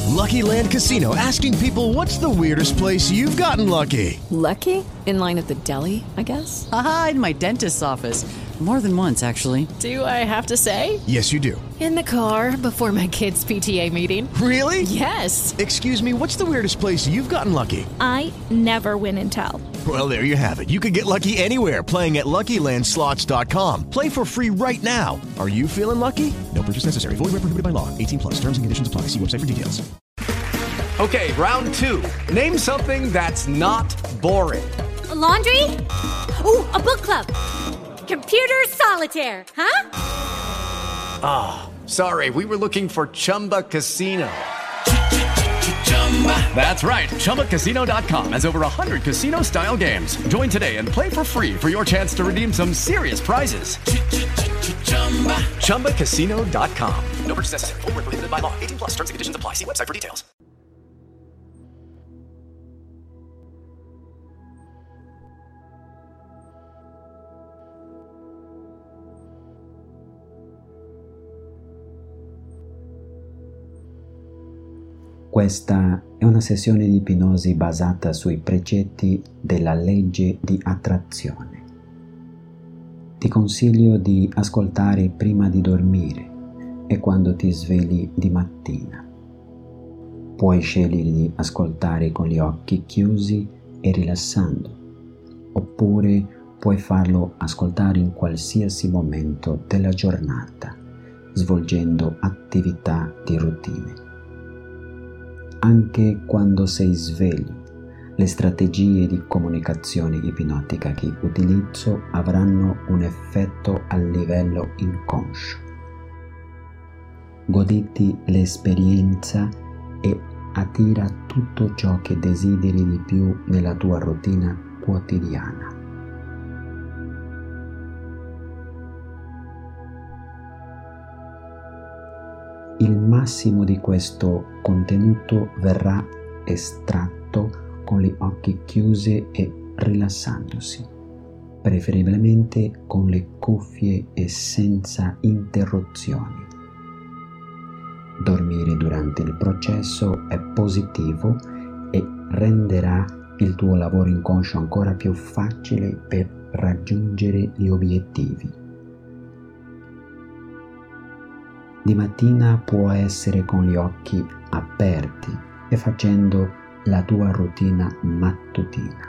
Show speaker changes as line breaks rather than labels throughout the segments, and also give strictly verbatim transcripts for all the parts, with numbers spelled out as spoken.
Lucky Land Casino, asking people, what's the weirdest place you've gotten lucky?
Lucky? In line at the deli, I guess?
Aha, in my dentist's office. More than once, actually.
Do I have to say?
Yes, you do.
In the car before my kids' P T A meeting.
Really?
Yes.
Excuse me, what's the weirdest place you've gotten lucky?
I never win and tell.
Well, there you have it. You can get lucky anywhere, playing at Lucky Land Slots dot com. Play for free right now. Are you feeling lucky? No purchase necessary. Void where prohibited by law. eighteen plus. Terms and conditions apply. See website for details.
Okay, round two. Name something that's not boring.
A laundry? Ooh, a book club. Computer solitaire, huh?
Ah, oh, sorry. We were looking for Chumba Casino. That's right. Chumba Casino dot com has over one hundred casino-style games. Join today and play for free for your chance to redeem some serious prizes. Chumba Casino dot com. No purchase necessary. Void where prohibited by law. eighteen plus. Terms and conditions apply. See website for details.
Questa è una sessione di ipnosi basata sui precetti della legge di attrazione. Ti consiglio di ascoltare prima di dormire e quando ti svegli di mattina. Puoi scegliere di ascoltare con gli occhi chiusi e rilassando, oppure puoi farlo ascoltare in qualsiasi momento della giornata, svolgendo attività di routine. Anche quando sei sveglio, le strategie di comunicazione ipnotica che utilizzo avranno un effetto a livello inconscio. Goditi l'esperienza e attira tutto ciò che desideri di più nella tua routine quotidiana. Il massimo di questo contenuto verrà estratto con gli occhi chiusi e rilassandosi, preferibilmente con le cuffie e senza interruzioni. Dormire durante il processo è positivo e renderà il tuo lavoro inconscio ancora più facile per raggiungere gli obiettivi. Di mattina può essere con gli occhi aperti e facendo la tua routine mattutina.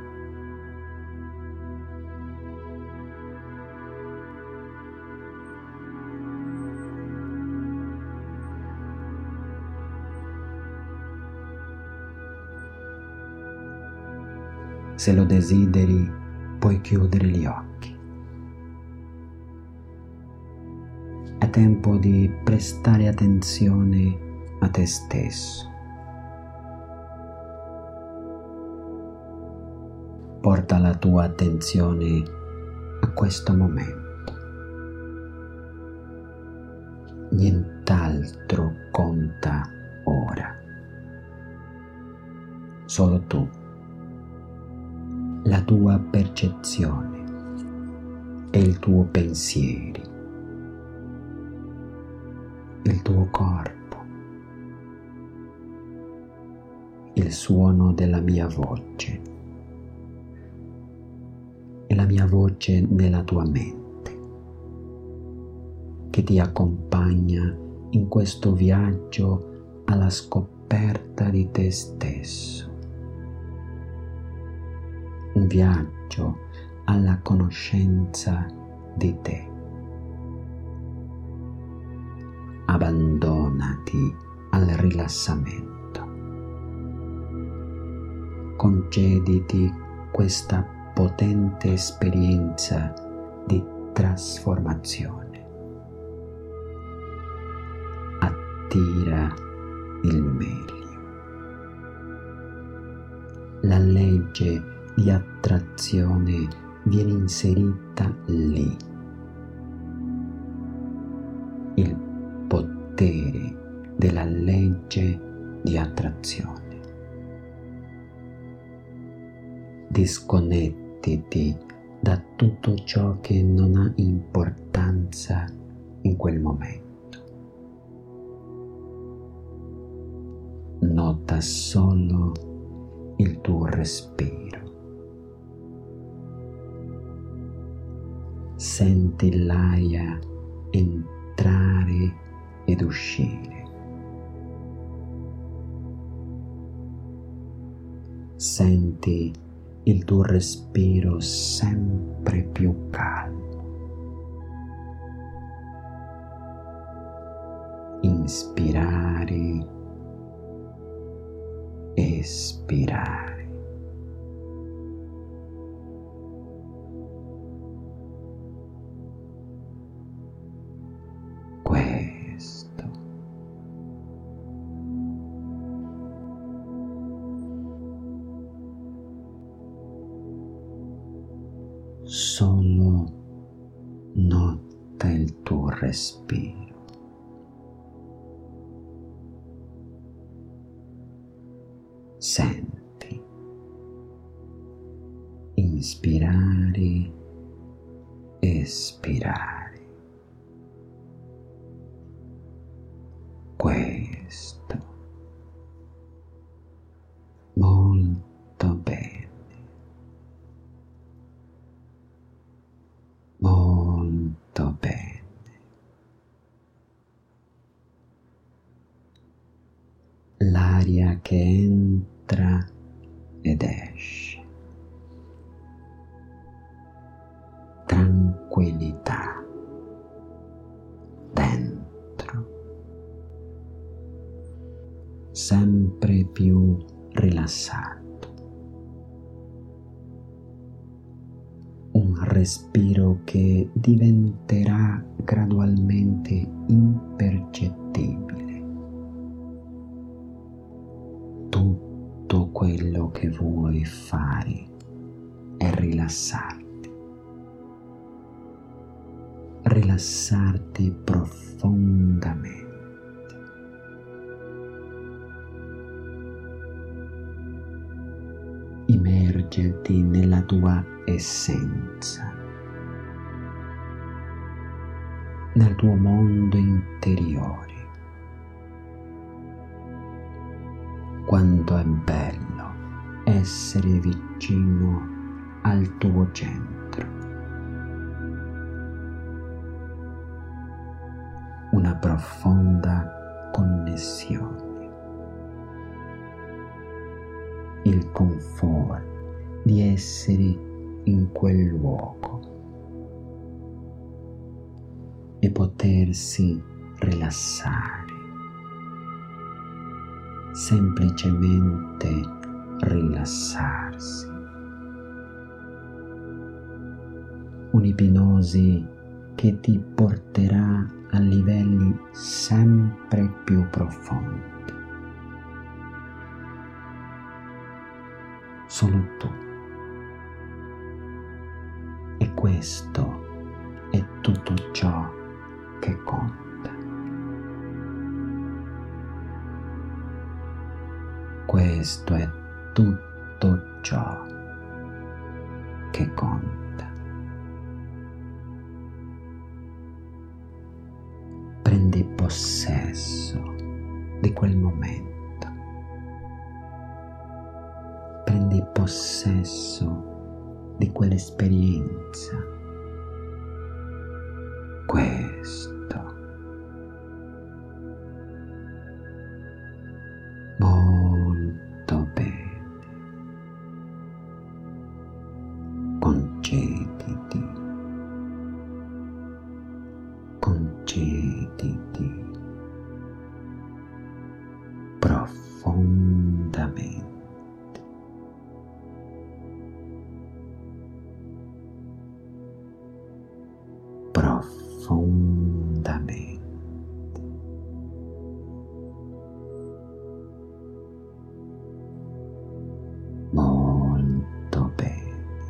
Se lo desideri, puoi chiudere gli occhi. È tempo di prestare attenzione a te stesso. Porta la tua attenzione a questo momento. Nient'altro conta ora. Solo tu, la tua percezione e il tuo pensiero. Il tuo corpo, il suono della mia voce e la mia voce nella tua mente, che ti accompagna in questo viaggio alla scoperta di te stesso, un viaggio alla conoscenza di te. Abbandonati al rilassamento. Concediti questa potente esperienza di trasformazione. Attira il meglio. La legge di attrazione viene inserita lì. Il potere della legge di attrazione. Disconnettiti da tutto ciò che non ha importanza in quel momento. Ascolta solo il tuo respiro. Senti l'aria entrare ed uscire. Senti il tuo respiro sempre più calmo. Inspirare, espirare. Questo. Solo nota il tuo respiro. Senti, inspirare, espirare. Questo. Molto bene. Molto bene. L'aria che entra ed esce. Tranquillità dentro. Sempre più rilassato. Un respiro che diventerà gradualmente impercettibile. Tutto quello che vuoi fare è rilassarti. Rilassarti profondamente. Immergerti nella tua essenza, nel tuo mondo interiore. Quanto è bello essere vicino al tuo centro. Una profonda connessione. Il comfort di essere in quel luogo e potersi rilassare. Semplicemente rilassarsi. Un'ipnosi che ti porterà a livelli sempre più profondi. Solo tu. E questo è tutto ciò che conta. Questo è tutto ciò che conta. Prendi possesso di quel momento. Prendi possesso di quell'esperienza. Questo. Molto bene. Concediti. Concediti. Profondamente. Profondamente. Molto bene.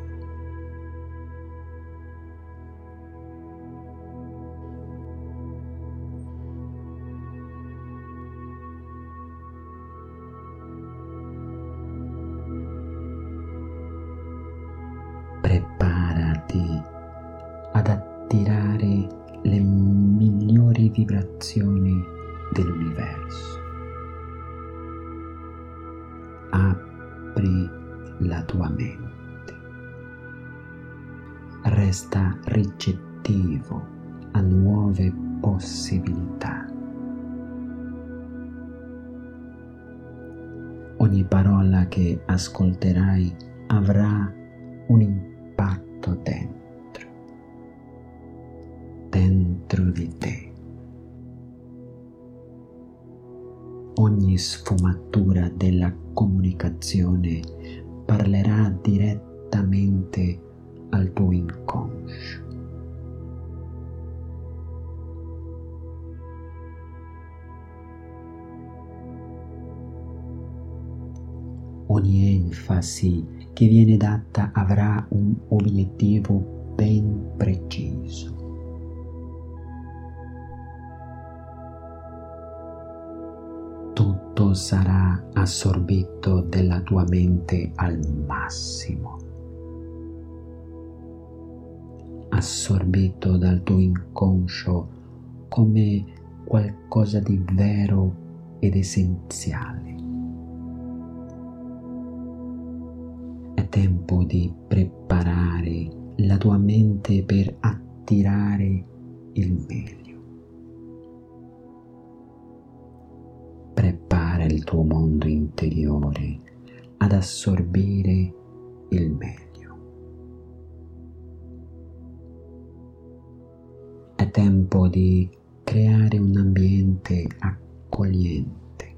Preparati ad attirare le migliori vibrazioni dell'universo. apri la tua mente. Resta ricettivo a nuove possibilità. Ogni parola che ascolterai avrà un impatto dentro, dentro di te. Ogni sfumatura della comunicazione parlerà direttamente al tuo inconscio. Ogni enfasi che viene data avrà un obiettivo ben preciso. Tutto sarà assorbito dalla tua mente al massimo, assorbito dal tuo inconscio come qualcosa di vero ed essenziale. È tempo di preparare la tua mente per attirare il meglio. Prepara il tuo mondo interiore ad assorbire il meglio. È tempo di creare un ambiente accogliente,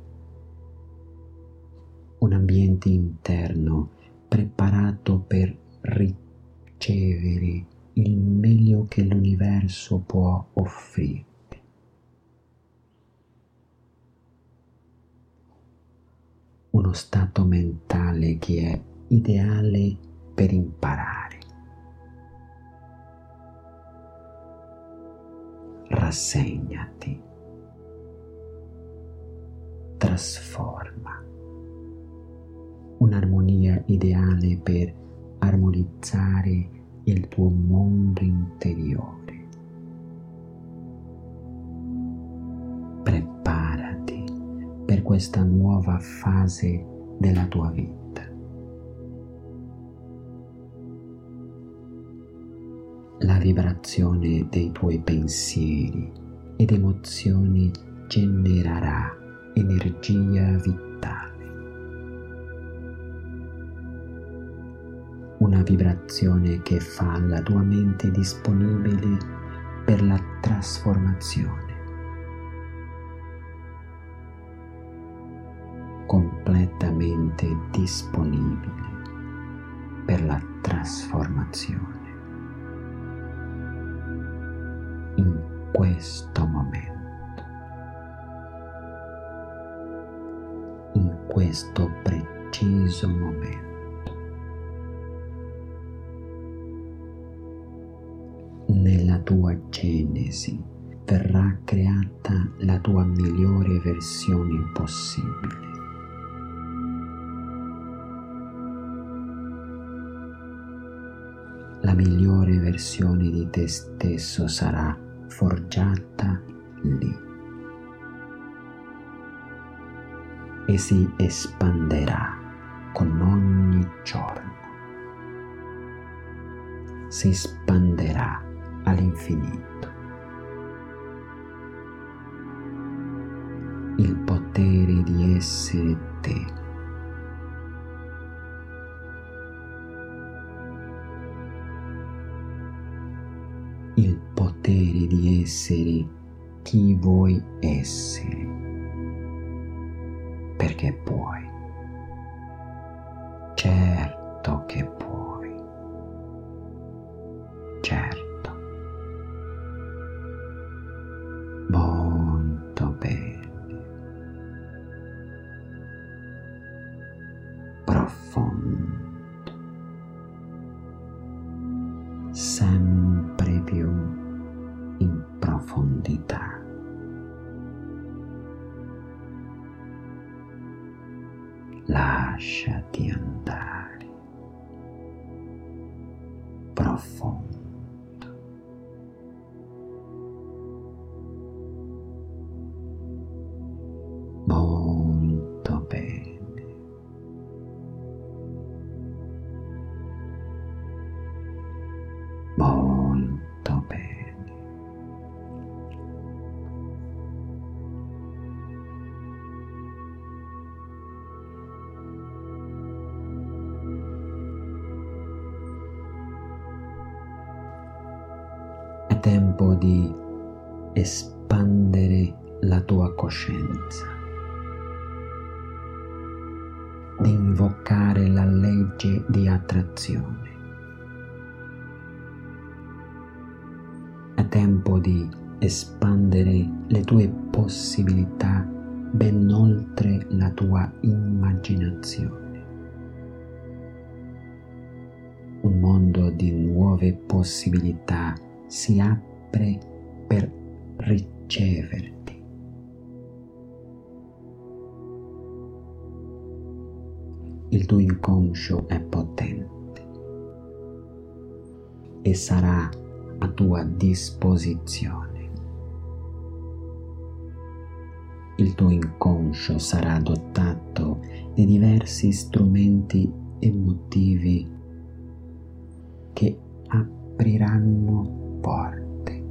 un ambiente interno preparato per ricevere il meglio che l'universo può offrire. Uno stato mentale che è ideale per imparare. Rassegnati, trasforma. Un'armonia ideale per armonizzare il tuo mondo interiore. Preparati per questa nuova fase della tua vita. La vibrazione dei tuoi pensieri ed emozioni genererà energia vitale. Una vibrazione che fa la tua mente disponibile per la trasformazione. Completamente disponibile per la trasformazione. In questo momento, in questo preciso momento, nella tua genesi verrà creata la tua migliore versione possibile. La migliore versione di te stesso sarà forgiata lì e si espanderà con ogni giorno. Si espanderà all'infinito. Il potere di essere te. Il potere di essere chi vuoi essere, perché puoi, certo che puoi, certo, molto bene, profondo, sempre più in profondità. Lasciati andare profondo. Molto bene. È tempo di espandere la tua coscienza, di invocare la legge di attrazione. È tempo di espandere le tue possibilità ben oltre la tua immaginazione. Un mondo di nuove possibilità si apre per riceverti. Il tuo inconscio è potente e sarà a tua disposizione. Il tuo inconscio sarà dotato di diversi strumenti emotivi che apriranno porte,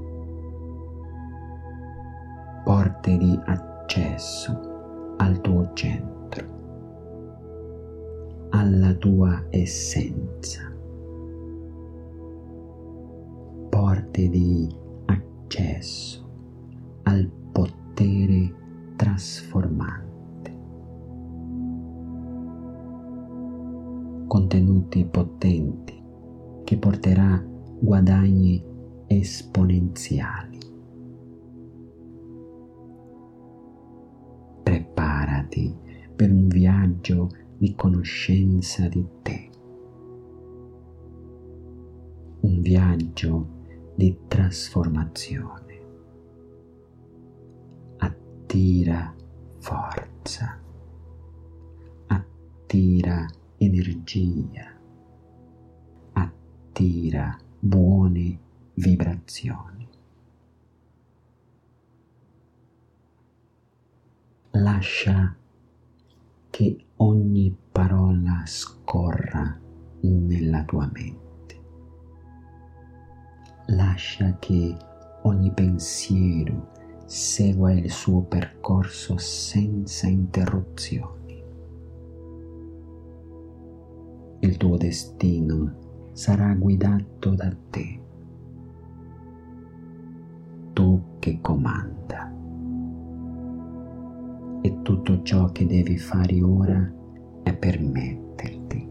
porte di accesso al tuo centro, alla tua essenza, porte di accesso al potere trasformante, contenuti potenti che porterà guadagni esponenziali. Preparati per un viaggio di conoscenza di te, un viaggio di trasformazione. Attira forza, attira energia, attira buone vibrazioni. Lascia che ogni parola scorra nella tua mente. Lascia che ogni pensiero segua il suo percorso senza interruzioni. Il tuo destino sarà guidato da te, tu che comanda. E tutto ciò che devi fare ora è permetterti,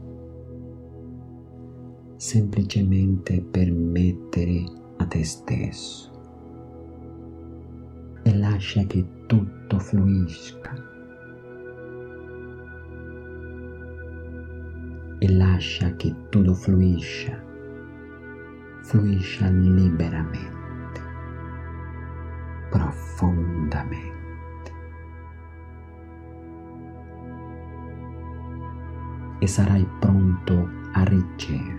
semplicemente permettere a te stesso, e lascia che tutto fluisca, e lascia che tutto fluisca, fluisca liberamente, profondamente. E sarai pronto a ricevere.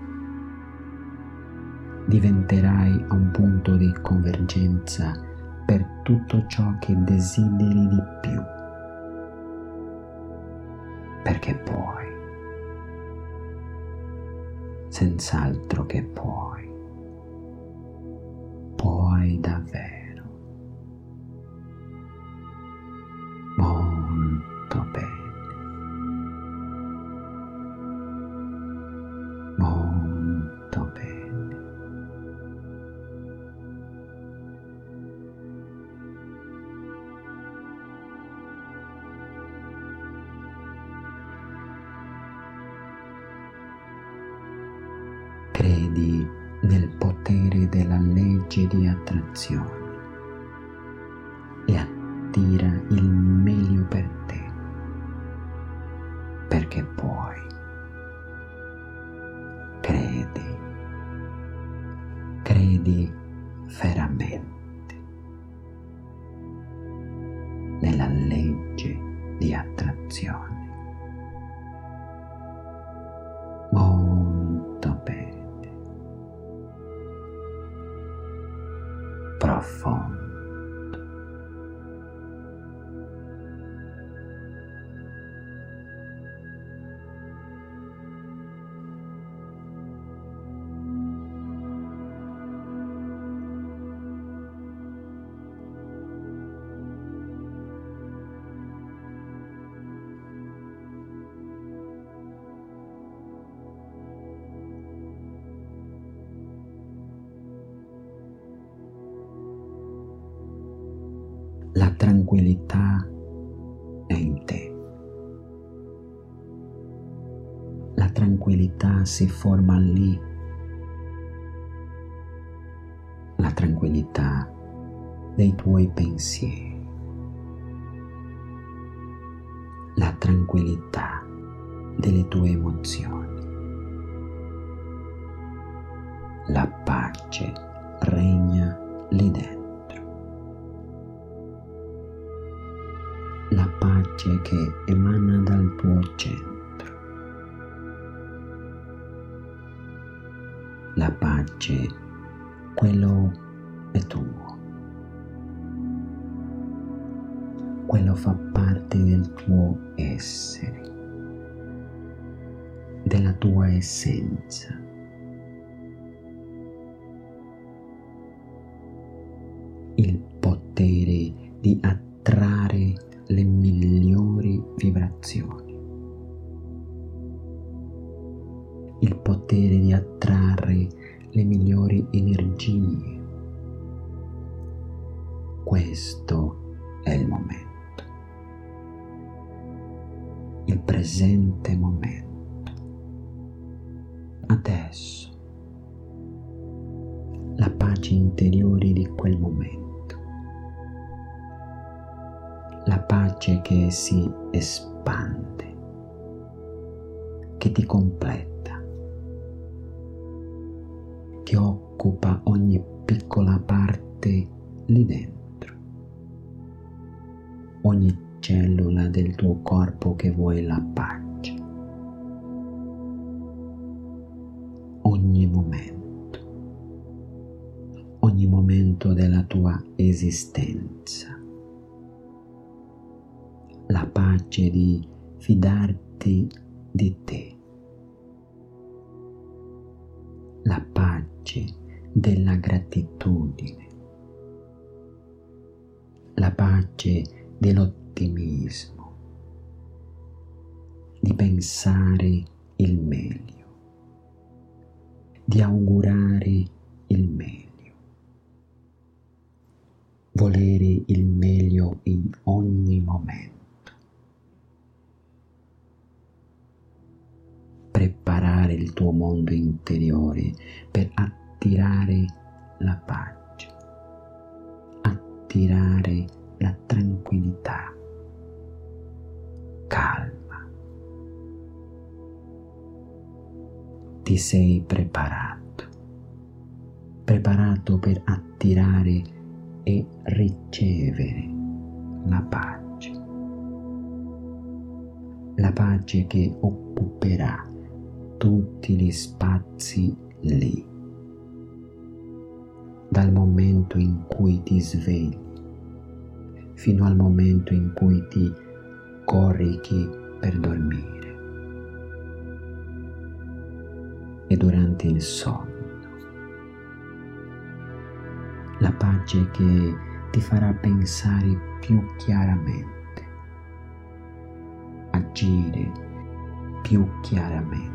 Diventerai a un punto di convergenza per tutto ciò che desideri di più, perché puoi, senz'altro che puoi, puoi davvero, molto bene. Molto bene. Credi nel potere della legge di attrazione e attira il meglio per te, perché puoi. Credi, credi veramente nella legge di attrazione. Molto bene, profondo. La tranquillità è in te. La tranquillità si forma lì. La tranquillità dei tuoi pensieri. La tranquillità delle tue emozioni. La pace regna lì dentro. La pace che emana dal tuo centro. La pace, quello è tuo. Quello fa parte del tuo essere, della tua essenza. Il potere di attrarre le migliori vibrazioni. Il potere di attrarre le migliori energie. Questo è il momento. Il presente momento. Adesso. La pace interiore di quel momento. La pace che si espande, che ti completa, che occupa ogni piccola parte lì dentro, ogni cellula del tuo corpo che vuole la pace, ogni momento, ogni momento della tua esistenza. La pace di fidarti di te, la pace della gratitudine, la pace dell'ottimismo, di pensare il meglio, di augurare il meglio, volere il meglio in ogni momento. Preparare il tuo mondo interiore per attirare la pace, attirare la tranquillità, calma. Ti sei preparato, preparato per attirare e ricevere la pace, la pace che occuperà tutti gli spazi lì, dal momento in cui ti svegli fino al momento in cui ti corichi per dormire e durante il sonno. La pace che ti farà pensare più chiaramente, agire più chiaramente,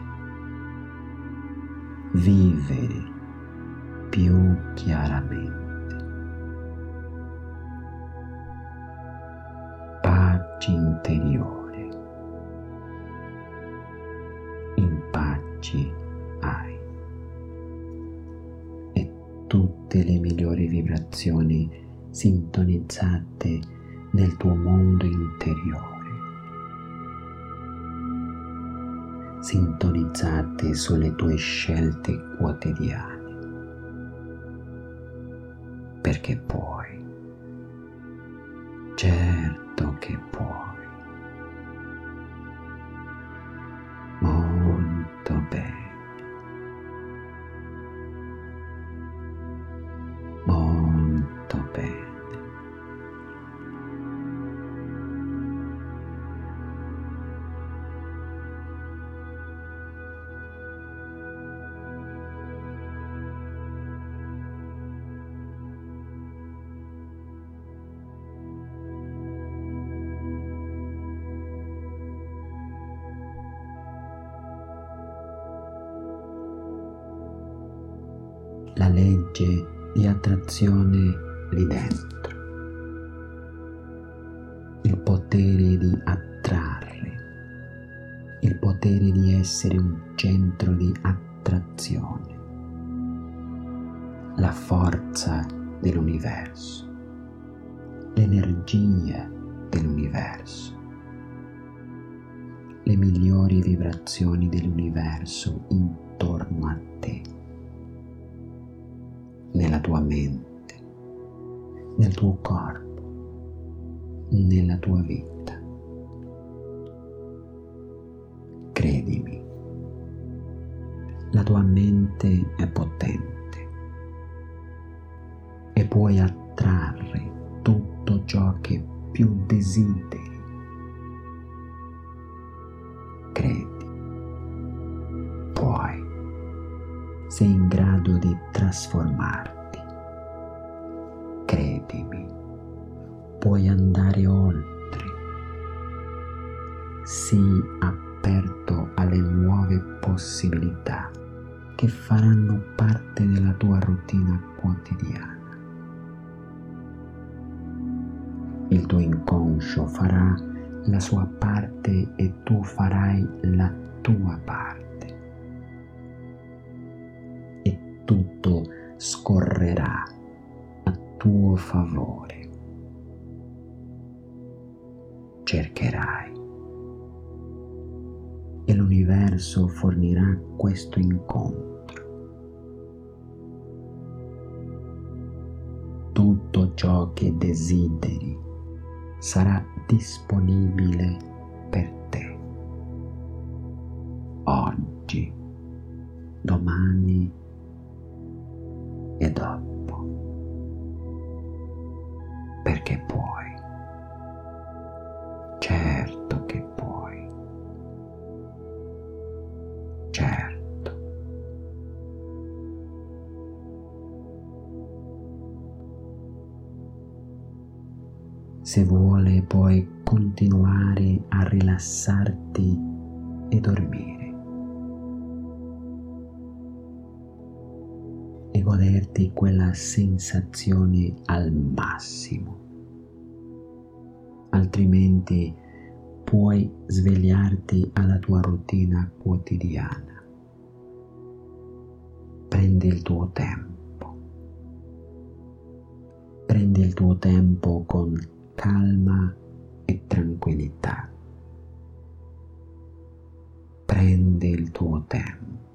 vivere più chiaramente. Pace interiore. In pace hai. E tutte le migliori vibrazioni sintonizzate nel tuo mondo interiore. Sintonizzate sulle tue scelte quotidiane, perché puoi, certo che puoi, molto bene, molto bene. La legge di attrazione lì dentro. il potere di attrarre, il potere di essere un centro di attrazione, la forza dell'universo, l'energia dell'universo, le migliori vibrazioni dell'universo intorno a te, nella tua mente, nel tuo corpo, nella tua vita. Credimi, la tua mente è potente e puoi attrarre tutto ciò che più desideri. Credi, puoi, sei in grado di trasformarti. Credimi, puoi andare oltre. Sii aperto alle nuove possibilità che faranno parte della tua routine quotidiana. Il tuo inconscio farà la sua parte e tu farai la tua parte. E tutto scorrerà a tuo favore. Cercherai e l'universo fornirà questo incontro. Tutto ciò che desideri sarà disponibile per te. Oggi, domani e dopo. Perché puoi. Certo che puoi. Certo. Se vuole puoi continuare a rilassarti e dormire e goderti quella sensazione al massimo. Altrimenti puoi svegliarti alla tua routine quotidiana. Prendi il tuo tempo. Prendi il tuo tempo con calma e tranquillità. Prendi il tuo tempo.